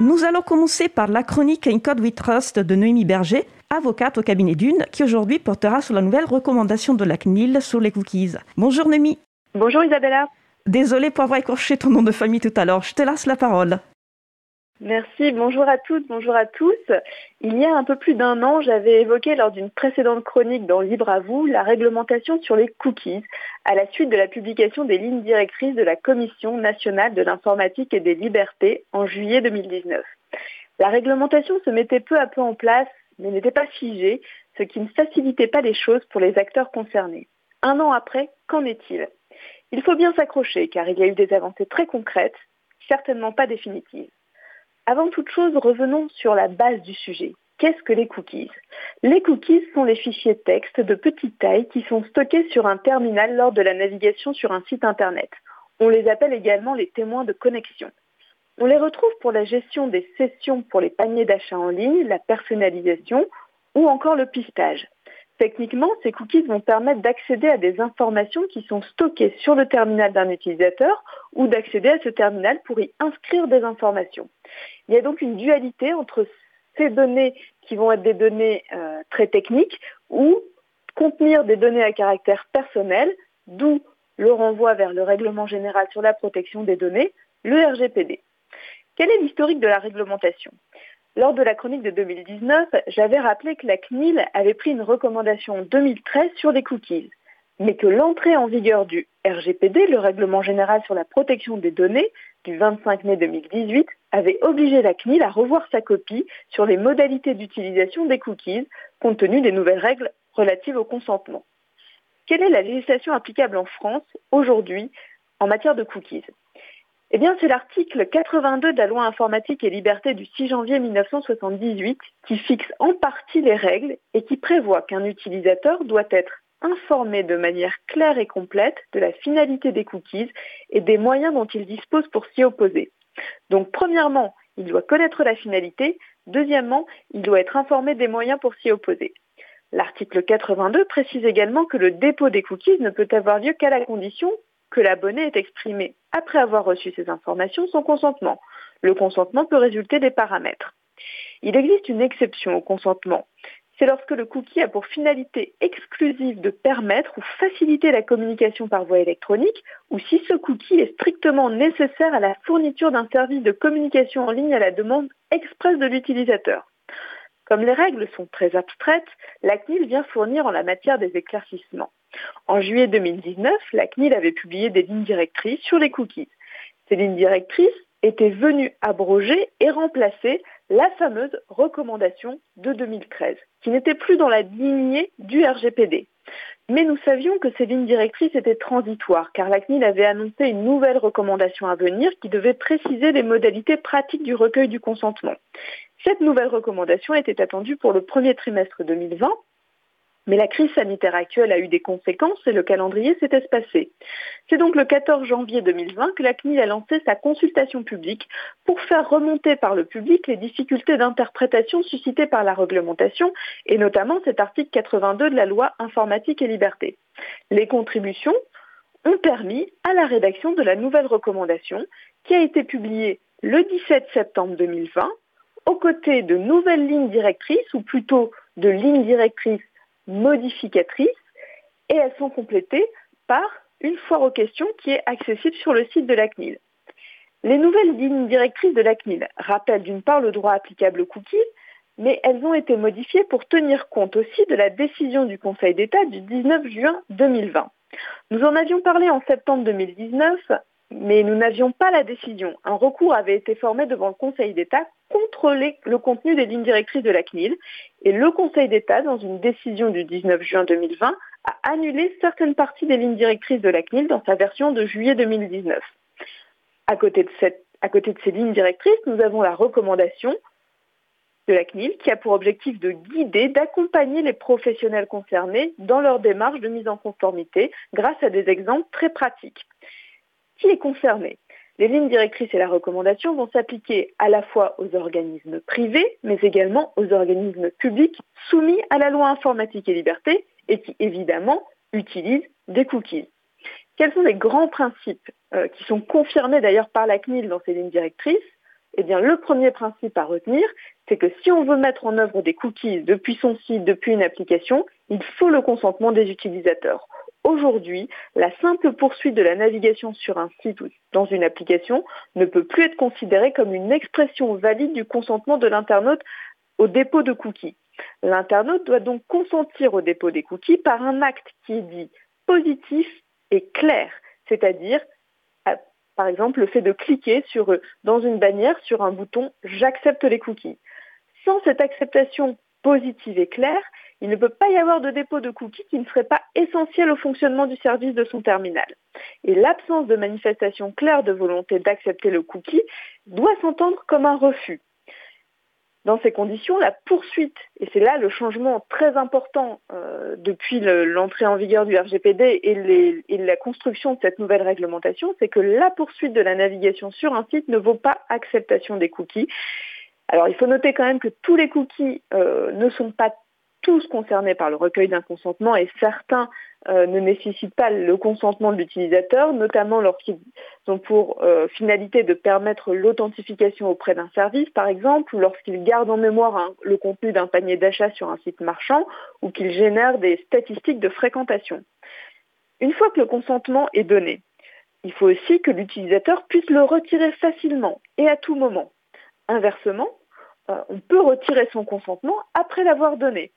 Nous allons commencer par la chronique In Code We Trust de Noémie Berger, avocate au cabinet Dune, qui aujourd'hui portera sur la nouvelle recommandation de la CNIL sur les cookies. Bonjour Noémie. Bonjour Isabella. Désolée pour avoir écorché ton nom de famille tout à l'heure, je te laisse la parole. Merci, bonjour à toutes, bonjour à tous. Il y a un peu plus d'un an, j'avais évoqué lors d'une précédente chronique dans Libre à vous la réglementation sur les cookies à la suite de la publication des lignes directrices de la Commission nationale de l'informatique et des libertés en juillet 2019. La réglementation se mettait peu à peu en place, mais n'était pas figée, ce qui ne facilitait pas les choses pour les acteurs concernés. Un an après, qu'en est-il ? Il faut bien s'accrocher car il y a eu des avancées très concrètes, certainement pas définitives. Avant toute chose, revenons sur la base du sujet. Qu'est-ce que les cookies ? Les cookies sont les fichiers texte de petite taille qui sont stockés sur un terminal lors de la navigation sur un site internet. On les appelle également les témoins de connexion. On les retrouve pour la gestion des sessions pour les paniers d'achat en ligne, la personnalisation ou encore le pistage. Techniquement, ces cookies vont permettre d'accéder à des informations qui sont stockées sur le terminal d'un utilisateur ou d'accéder à ce terminal pour y inscrire des informations. Il y a donc une dualité entre ces données qui vont être des données très techniques ou contenir des données à caractère personnel, d'où le renvoi vers le règlement général sur la protection des données, le RGPD. Quel est l'historique de la réglementation ? Lors de la chronique de 2019, j'avais rappelé que la CNIL avait pris une recommandation en 2013 sur les cookies, mais que l'entrée en vigueur du RGPD, le règlement général sur la protection des données, du 25 mai 2018, avait obligé la CNIL à revoir sa copie sur les modalités d'utilisation des cookies, compte tenu des nouvelles règles relatives au consentement. Quelle est la législation applicable en France aujourd'hui en matière de cookies ? Eh bien, c'est l'article 82 de la loi informatique et liberté du 6 janvier 1978 qui fixe en partie les règles et qui prévoit qu'un utilisateur doit être informé de manière claire et complète de la finalité des cookies et des moyens dont il dispose pour s'y opposer. Donc, premièrement, il doit connaître la finalité. Deuxièmement, il doit être informé des moyens pour s'y opposer. L'article 82 précise également que le dépôt des cookies ne peut avoir lieu qu'à la condition que l'abonné ait exprimé, après avoir reçu ces informations, son consentement. Le consentement peut résulter des paramètres. Il existe une exception au consentement. C'est lorsque le cookie a pour finalité exclusive de permettre ou faciliter la communication par voie électronique, ou si ce cookie est strictement nécessaire à la fourniture d'un service de communication en ligne à la demande expresse de l'utilisateur. Comme les règles sont très abstraites, la CNIL vient fournir en la matière des éclaircissements. En juillet 2019, la CNIL avait publié des lignes directrices sur les cookies. Ces lignes directrices étaient venues abroger et remplacer la fameuse recommandation de 2013, qui n'était plus dans la lignée du RGPD. Mais nous savions que ces lignes directrices étaient transitoires, car la CNIL avait annoncé une nouvelle recommandation à venir qui devait préciser les modalités pratiques du recueil du consentement. Cette nouvelle recommandation était attendue pour le premier trimestre 2020, mais la crise sanitaire actuelle a eu des conséquences et le calendrier s'est espacé. C'est donc le 14 janvier 2020 que la CNIL a lancé sa consultation publique pour faire remonter par le public les difficultés d'interprétation suscitées par la réglementation et notamment cet article 82 de la loi informatique et liberté. Les contributions ont permis à la rédaction de la nouvelle recommandation qui a été publiée le 17 septembre 2020 aux côtés de nouvelles lignes directrices ou plutôt de lignes directrices modificatrices et elles sont complétées par une foire aux questions qui est accessible sur le site de la CNIL. Les nouvelles lignes directrices de la CNIL rappellent d'une part le droit applicable aux cookies, mais elles ont été modifiées pour tenir compte aussi de la décision du Conseil d'État du 19 juin 2020. Nous en avions parlé en septembre 2019, mais nous n'avions pas la décision. Un recours avait été formé devant le Conseil d'État contre le contenu des lignes directrices de la CNIL et le Conseil d'État, dans une décision du 19 juin 2020, a annulé certaines parties des lignes directrices de la CNIL dans sa version de juillet 2019. À côté de ces lignes directrices, nous avons la recommandation de la CNIL qui a pour objectif de guider, d'accompagner les professionnels concernés dans leur démarche de mise en conformité grâce à des exemples très pratiques. Qui est concerné ? Les lignes directrices et la recommandation vont s'appliquer à la fois aux organismes privés, mais également aux organismes publics soumis à la loi informatique et liberté et qui, évidemment, utilisent des cookies. Quels sont les grands principes qui sont confirmés d'ailleurs par la CNIL dans ces lignes directrices ? Eh bien, le premier principe à retenir, c'est que si on veut mettre en œuvre des cookies depuis son site, depuis une application, il faut le consentement des utilisateurs. Aujourd'hui, la simple poursuite de la navigation sur un site ou dans une application ne peut plus être considérée comme une expression valide du consentement de l'internaute au dépôt de cookies. L'internaute doit donc consentir au dépôt des cookies par un acte qui est dit positif et clair, c'est-à-dire par exemple le fait de cliquer dans une bannière sur un bouton « J'accepte les cookies ». Sans cette acceptation positive et claire, il ne peut pas y avoir de dépôt de cookies qui ne serait pas essentiel au fonctionnement du service de son terminal. Et l'absence de manifestation claire de volonté d'accepter le cookie doit s'entendre comme un refus. Dans ces conditions, la poursuite, et c'est là le changement très important depuis l'entrée en vigueur du RGPD et la construction de cette nouvelle réglementation, c'est que la poursuite de la navigation sur un site ne vaut pas acceptation des cookies. Alors il faut noter quand même que tous les cookies ne sont pas tous concernés par le recueil d'un consentement et certains ne nécessitent pas le consentement de l'utilisateur, notamment lorsqu'ils ont pour finalité de permettre l'authentification auprès d'un service, par exemple, ou lorsqu'ils gardent en mémoire le contenu d'un panier d'achat sur un site marchand, ou qu'ils génèrent des statistiques de fréquentation. Une fois que le consentement est donné, il faut aussi que l'utilisateur puisse le retirer facilement et à tout moment. Inversement, on peut retirer son consentement après l'avoir donné.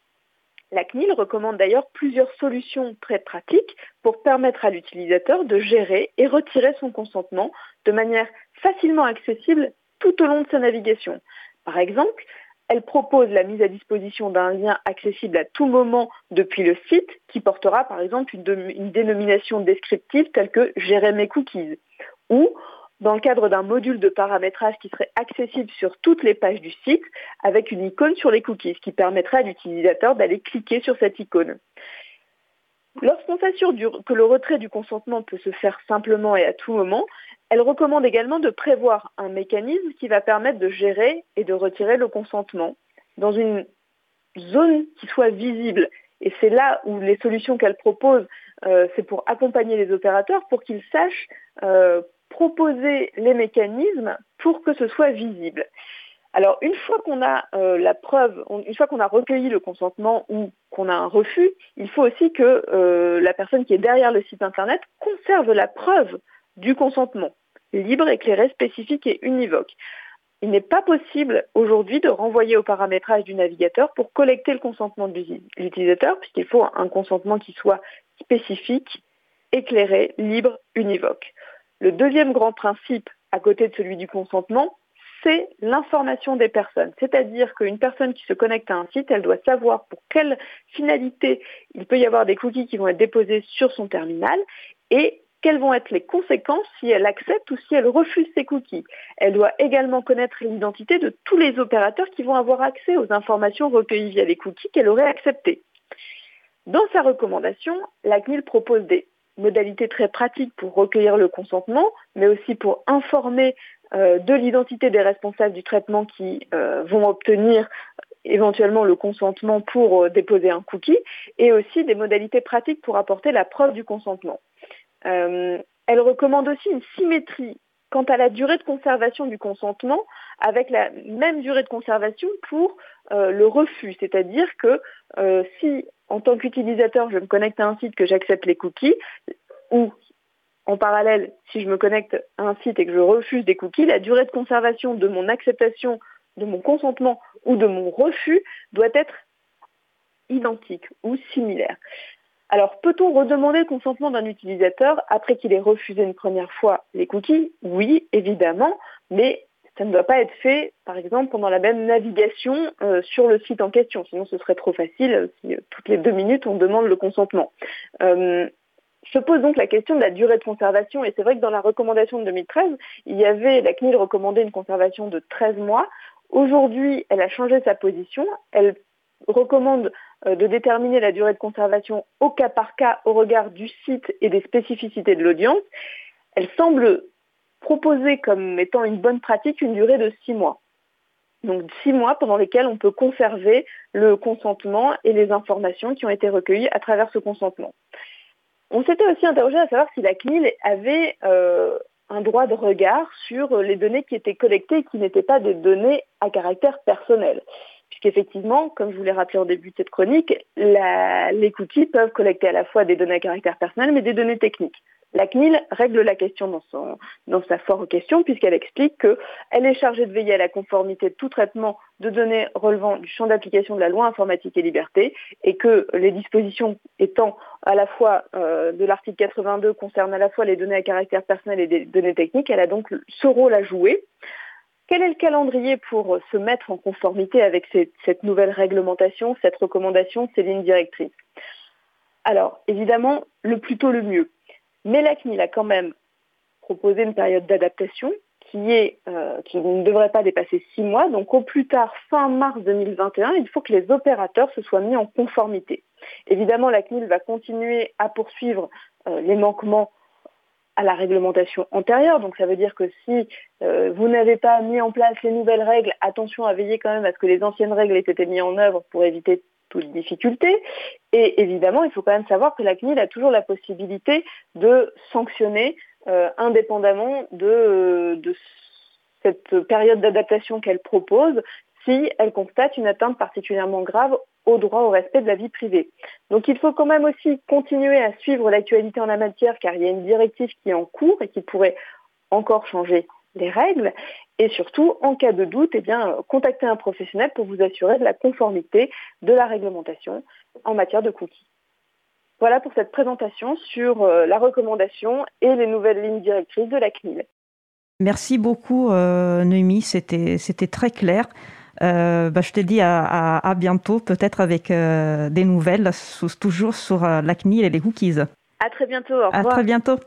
La CNIL recommande d'ailleurs plusieurs solutions très pratiques pour permettre à l'utilisateur de gérer et retirer son consentement de manière facilement accessible tout au long de sa navigation. Par exemple, elle propose la mise à disposition d'un lien accessible à tout moment depuis le site qui portera par exemple une dénomination descriptive telle que « Gérer mes cookies » ou dans le cadre d'un module de paramétrage qui serait accessible sur toutes les pages du site avec une icône sur les cookies, ce qui permettrait à l'utilisateur d'aller cliquer sur cette icône. Lorsqu'on s'assure que le retrait du consentement peut se faire simplement et à tout moment, elle recommande également de prévoir un mécanisme qui va permettre de gérer et de retirer le consentement dans une zone qui soit visible. Et c'est là où les solutions qu'elle propose, c'est pour accompagner les opérateurs pour qu'ils sachent proposer les mécanismes pour que ce soit visible. Alors, une fois qu'on a la preuve, une fois qu'on a recueilli le consentement ou qu'on a un refus, il faut aussi que la personne qui est derrière le site internet conserve la preuve du consentement, libre, éclairé, spécifique et univoque. Il n'est pas possible aujourd'hui de renvoyer au paramétrage du navigateur pour collecter le consentement de l'utilisateur, puisqu'il faut un consentement qui soit spécifique, éclairé, libre, univoque. Le deuxième grand principe, à côté de celui du consentement, c'est l'information des personnes. C'est-à-dire qu'une personne qui se connecte à un site, elle doit savoir pour quelle finalité il peut y avoir des cookies qui vont être déposés sur son terminal et quelles vont être les conséquences si elle accepte ou si elle refuse ces cookies. Elle doit également connaître l'identité de tous les opérateurs qui vont avoir accès aux informations recueillies via les cookies qu'elle aurait acceptées. Dans sa recommandation, la CNIL propose des modalités très pratiques pour recueillir le consentement, mais aussi pour informer de l'identité des responsables du traitement qui vont obtenir éventuellement le consentement pour déposer un cookie, et aussi des modalités pratiques pour apporter la preuve du consentement. Elle recommande aussi une symétrie quant à la durée de conservation du consentement avec la même durée de conservation pour le refus, c'est-à-dire que si en tant qu'utilisateur je me connecte à un site que j'accepte les cookies, ou en parallèle, si je me connecte à un site et que je refuse des cookies, la durée de conservation de mon acceptation, de mon consentement ou de mon refus doit être identique ou similaire. Alors, peut-on redemander le consentement d'un utilisateur après qu'il ait refusé une première fois les cookies ? Oui, évidemment, mais ça ne doit pas être fait, par exemple, pendant la même navigation sur le site en question. Sinon, ce serait trop facile si toutes les 2 minutes, on demande le consentement. Se pose donc la question de la durée de conservation, et c'est vrai que dans la recommandation de 2013, la CNIL recommandait une conservation de 13 mois. Aujourd'hui, elle a changé sa position. Elle recommande de déterminer la durée de conservation au cas par cas au regard du site et des spécificités de l'audience. Elle semble proposer comme étant une bonne pratique une durée de 6 mois. Donc 6 mois pendant lesquels on peut conserver le consentement et les informations qui ont été recueillies à travers ce consentement. On s'était aussi interrogé à savoir si la CNIL avait un droit de regard sur les données qui étaient collectées et qui n'étaient pas des données à caractère personnel. Puisqu'effectivement, comme je vous l'ai rappelé en début de cette chronique, les cookies peuvent collecter à la fois des données à caractère personnel, mais des données techniques. La CNIL règle la question dans sa fort question, puisqu'elle explique qu'elle est chargée de veiller à la conformité de tout traitement de données relevant du champ d'application de la loi informatique et liberté, et que les dispositions étant à la fois de l'article 82 concernent à la fois les données à caractère personnel et des données techniques, elle a donc ce rôle à jouer. Quel est le calendrier pour se mettre en conformité avec cette nouvelle réglementation, cette recommandation, ces lignes directrices? Alors, évidemment, le plus tôt le mieux. Mais la CNIL a quand même proposé une période d'adaptation qui ne devrait pas dépasser 6 mois. Donc, au plus tard, fin mars 2021, il faut que les opérateurs se soient mis en conformité. Évidemment, la CNIL va continuer à poursuivre les manquements à la réglementation antérieure. Donc ça veut dire que si vous n'avez pas mis en place les nouvelles règles, attention à veiller quand même à ce que les anciennes règles aient été mises en œuvre pour éviter toute difficulté. Et évidemment, il faut quand même savoir que la CNIL a toujours la possibilité de sanctionner indépendamment de cette période d'adaptation qu'elle propose si elle constate une atteinte particulièrement grave au droit au respect de la vie privée. Donc il faut quand même aussi continuer à suivre l'actualité en la matière, car il y a une directive qui est en cours et qui pourrait encore changer les règles. Et surtout, en cas de doute, contacter un professionnel pour vous assurer de la conformité de la réglementation en matière de cookies. Voilà pour cette présentation sur la recommandation et les nouvelles lignes directrices de la CNIL. Merci beaucoup Noémie, c'était très clair. Je te dis à bientôt, peut-être avec des nouvelles, toujours sur la CNIL et les cookies. À très bientôt, au revoir. À très bientôt.